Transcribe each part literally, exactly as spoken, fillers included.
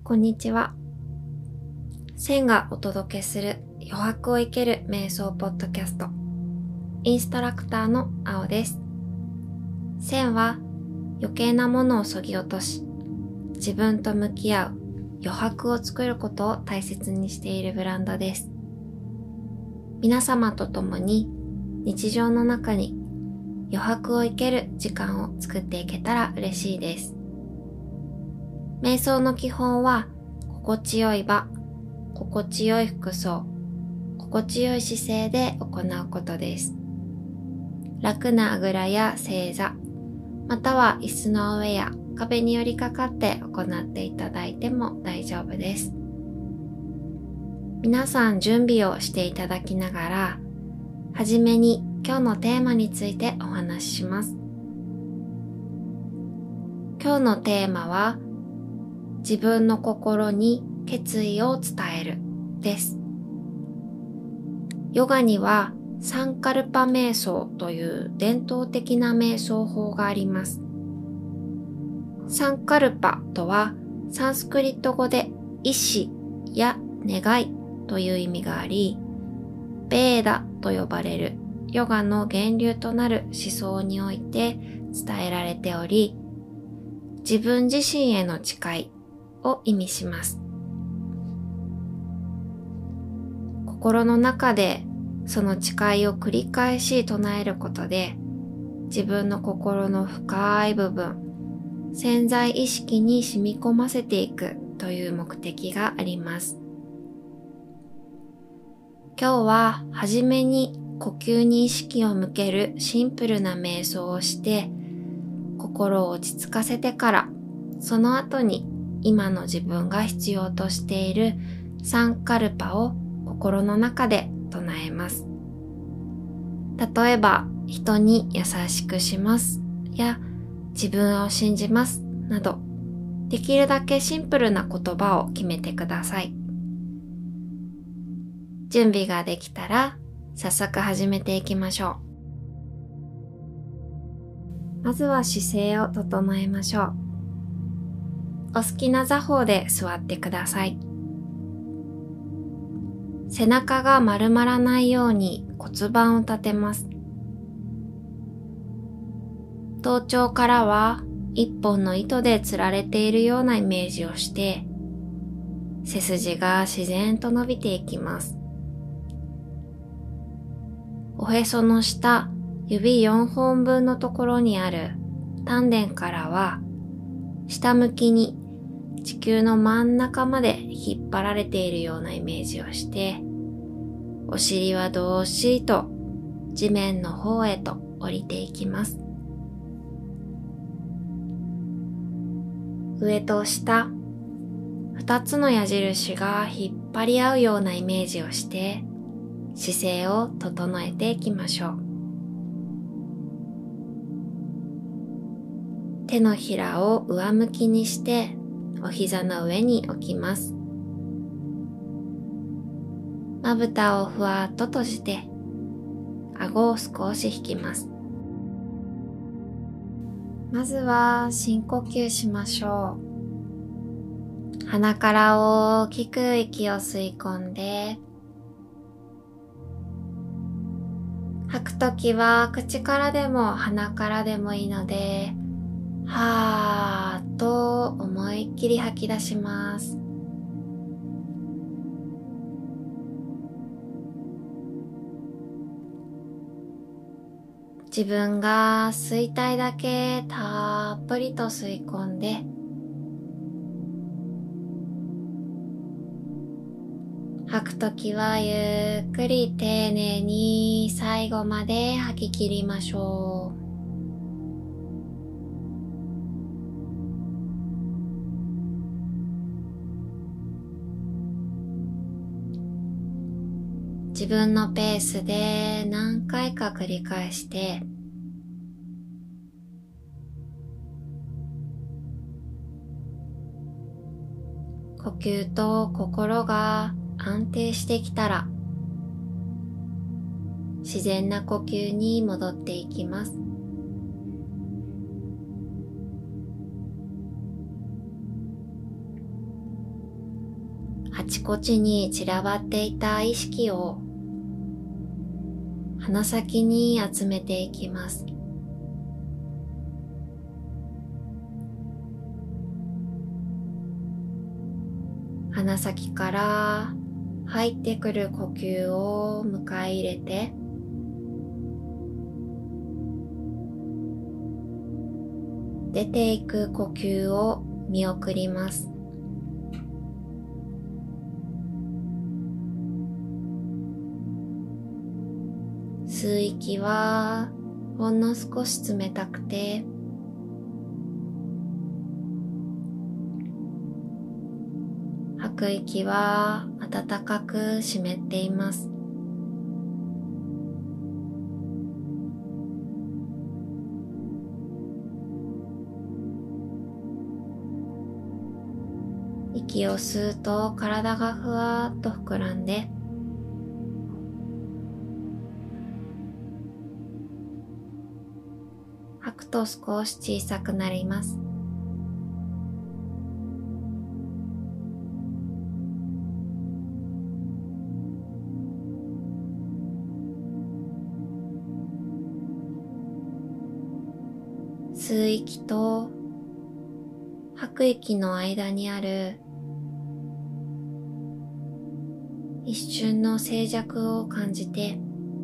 こんにちは。千がお届けする余白を生ける瞑想ポッドキャスト、インストラクターの青です。千は余計なものを削ぎ落とし、自分と向き合う余白を作ることを大切にしているブランドです。皆様と共に日常の中に余白を生ける時間を作っていけたら嬉しいです。瞑想の基本は、心地よい場、心地よい服装、心地よい姿勢で行うことです。楽なあぐらや正座、または椅子の上や壁に寄りかかって行っていただいても大丈夫です。皆さん準備をしていただきながら、はじめに今日のテーマについてお話しします。今日のテーマは、自分の心に決意を伝えるです。ヨガにはサンカルパ瞑想という伝統的な瞑想法があります。サンカルパとはサンスクリット語で意志や願いという意味があり、ベーダと呼ばれるヨガの源流となる思想において伝えられており、自分自身への誓いを意味します。心の中でその誓いを繰り返し唱えることで、自分の心の深い部分、潜在意識に染み込ませていくという目的があります。今日ははじめに呼吸に意識を向けるシンプルな瞑想をして、心を落ち着かせてから、その後に今の自分が必要としているサンカルパを心の中で唱えます。例えば、人に優しくしますや自分を信じますなど、できるだけシンプルな言葉を決めてください。準備ができたら早速始めていきましょう。まずは姿勢を整えましょう。お好きな座法で座ってください。背中が丸まらないように骨盤を立てます。頭頂からは一本の糸で吊られているようなイメージをして、背筋が自然と伸びていきます。おへその下、指よんほんぶんのところにある丹田からは、下向きに地球の真ん中まで引っ張られているようなイメージをして、お尻はどっしりと地面の方へと降りていきます。上と下、二つの矢印が引っ張り合うようなイメージをして、姿勢を整えていきましょう。手のひらを上向きにしてお膝の上に置きます。まぶたをふわっと閉じて、顎を少し引きます。まずは深呼吸しましょう。鼻から大きく息を吸い込んで、吐くときは口からでも鼻からでもいいので、はーっと思いっきり吐き出します。自分が吸いたいだけたっぷりと吸い込んで、吐くときはゆっくり丁寧に最後まで吐き切りましょう。自分のペースで何回か繰り返して、呼吸と心が安定してきたら、自然な呼吸に戻っていきます。 あちこちに散らばっていた意識を鼻先に集めていきます。鼻先から入ってくる呼吸を迎え入れて、出ていく呼吸を見送ります。吸う息はほんの少し冷たくて、吐く息は暖かく湿っています。息を吸うと体がふわっと膨らんで、吐くと少し小さくなります。吸う息と吐く息の間にある一瞬の静寂を感じて、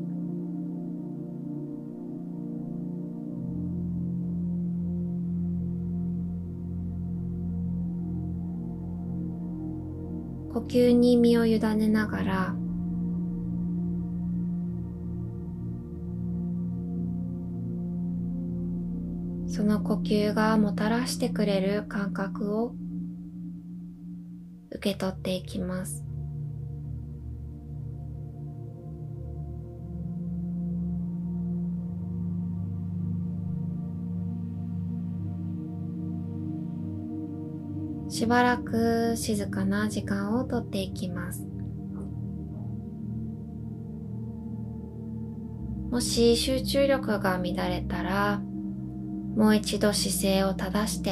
呼吸に身を委ねながら、その呼吸がもたらしてくれる感覚を受け取っていきます。しばらく静かな時間をとっていきます。もし集中力が乱れたら、もう一度姿勢を正して、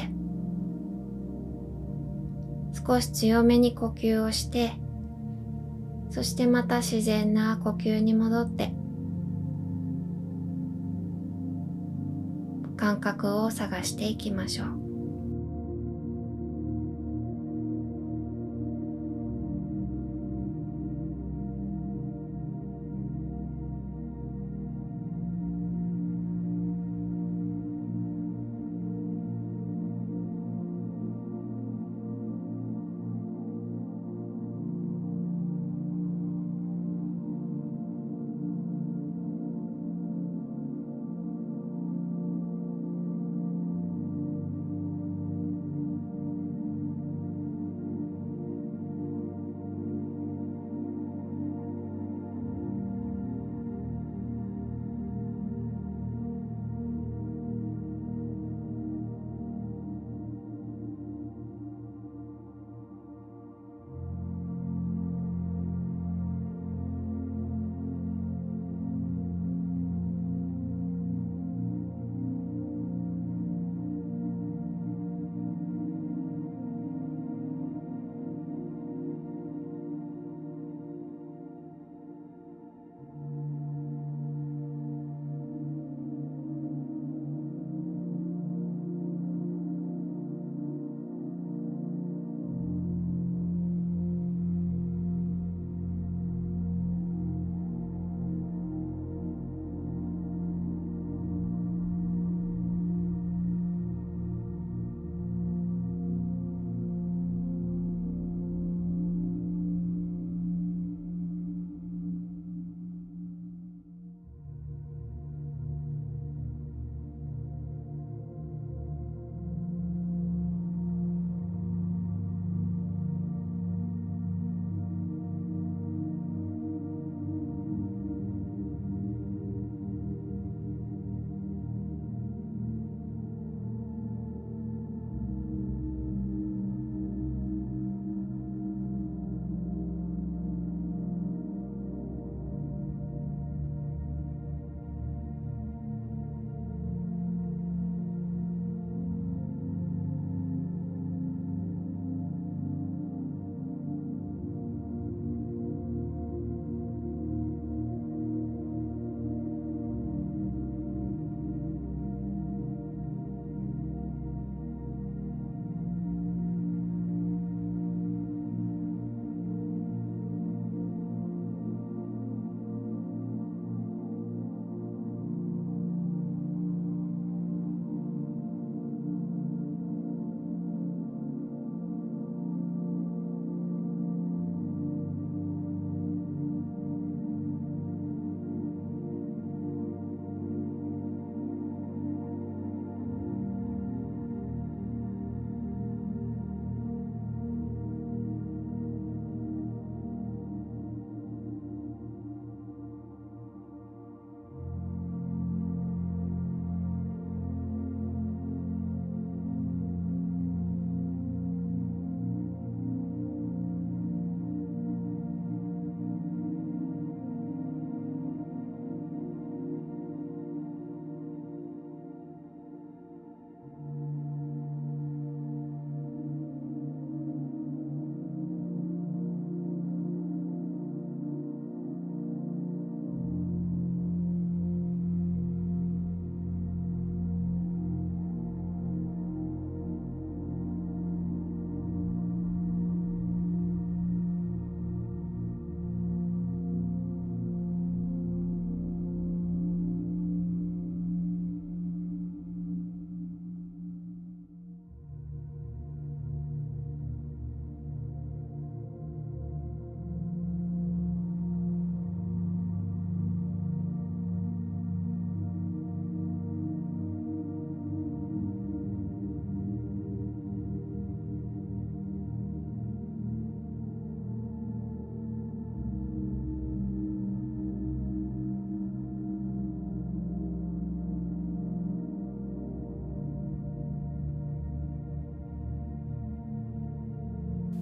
少し強めに呼吸をして、そしてまた自然な呼吸に戻って、感覚を探していきましょう。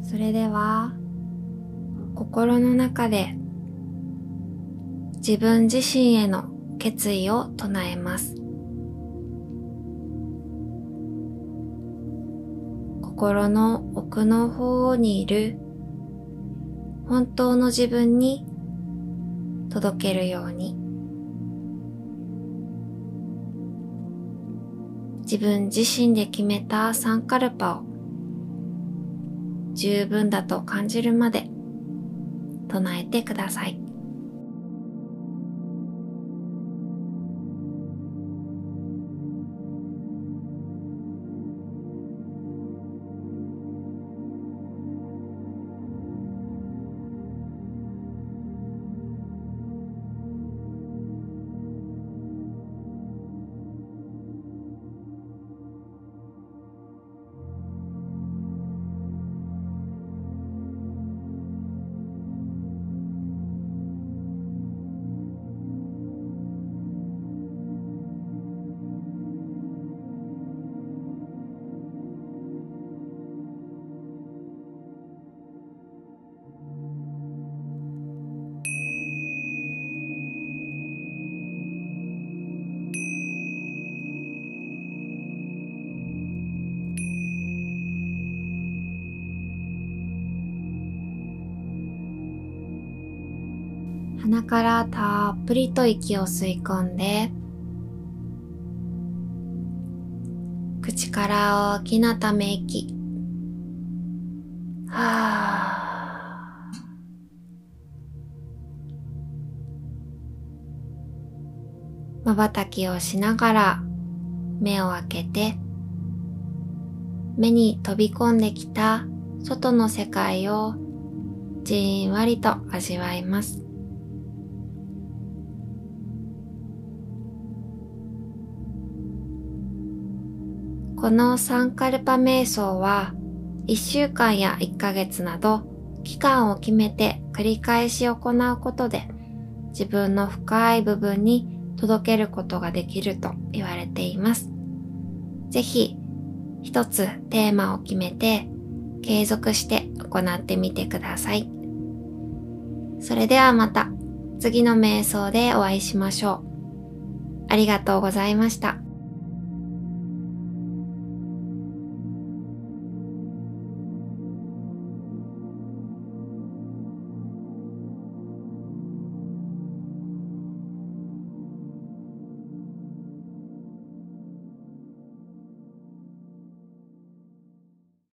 それでは、心の中で自分自身への決意を唱えます。心の奥の方にいる本当の自分に届けるように、自分自身で決めたサンカルパを十分だと感じるまで唱えてください。鼻からたっぷりと息を吸い込んで、口から大きなため息。はぁ。瞬きをしながら目を開けて、目に飛び込んできた外の世界をじんわりと味わいます。このサンカルパ瞑想はいっしゅうかんやいっかげつなど期間を決めて繰り返し行うことで自分の深い部分に届けることができると言われています。ぜひ一つテーマを決めて継続して行ってみてください。それではまた次の瞑想でお会いしましょう。ありがとうございました。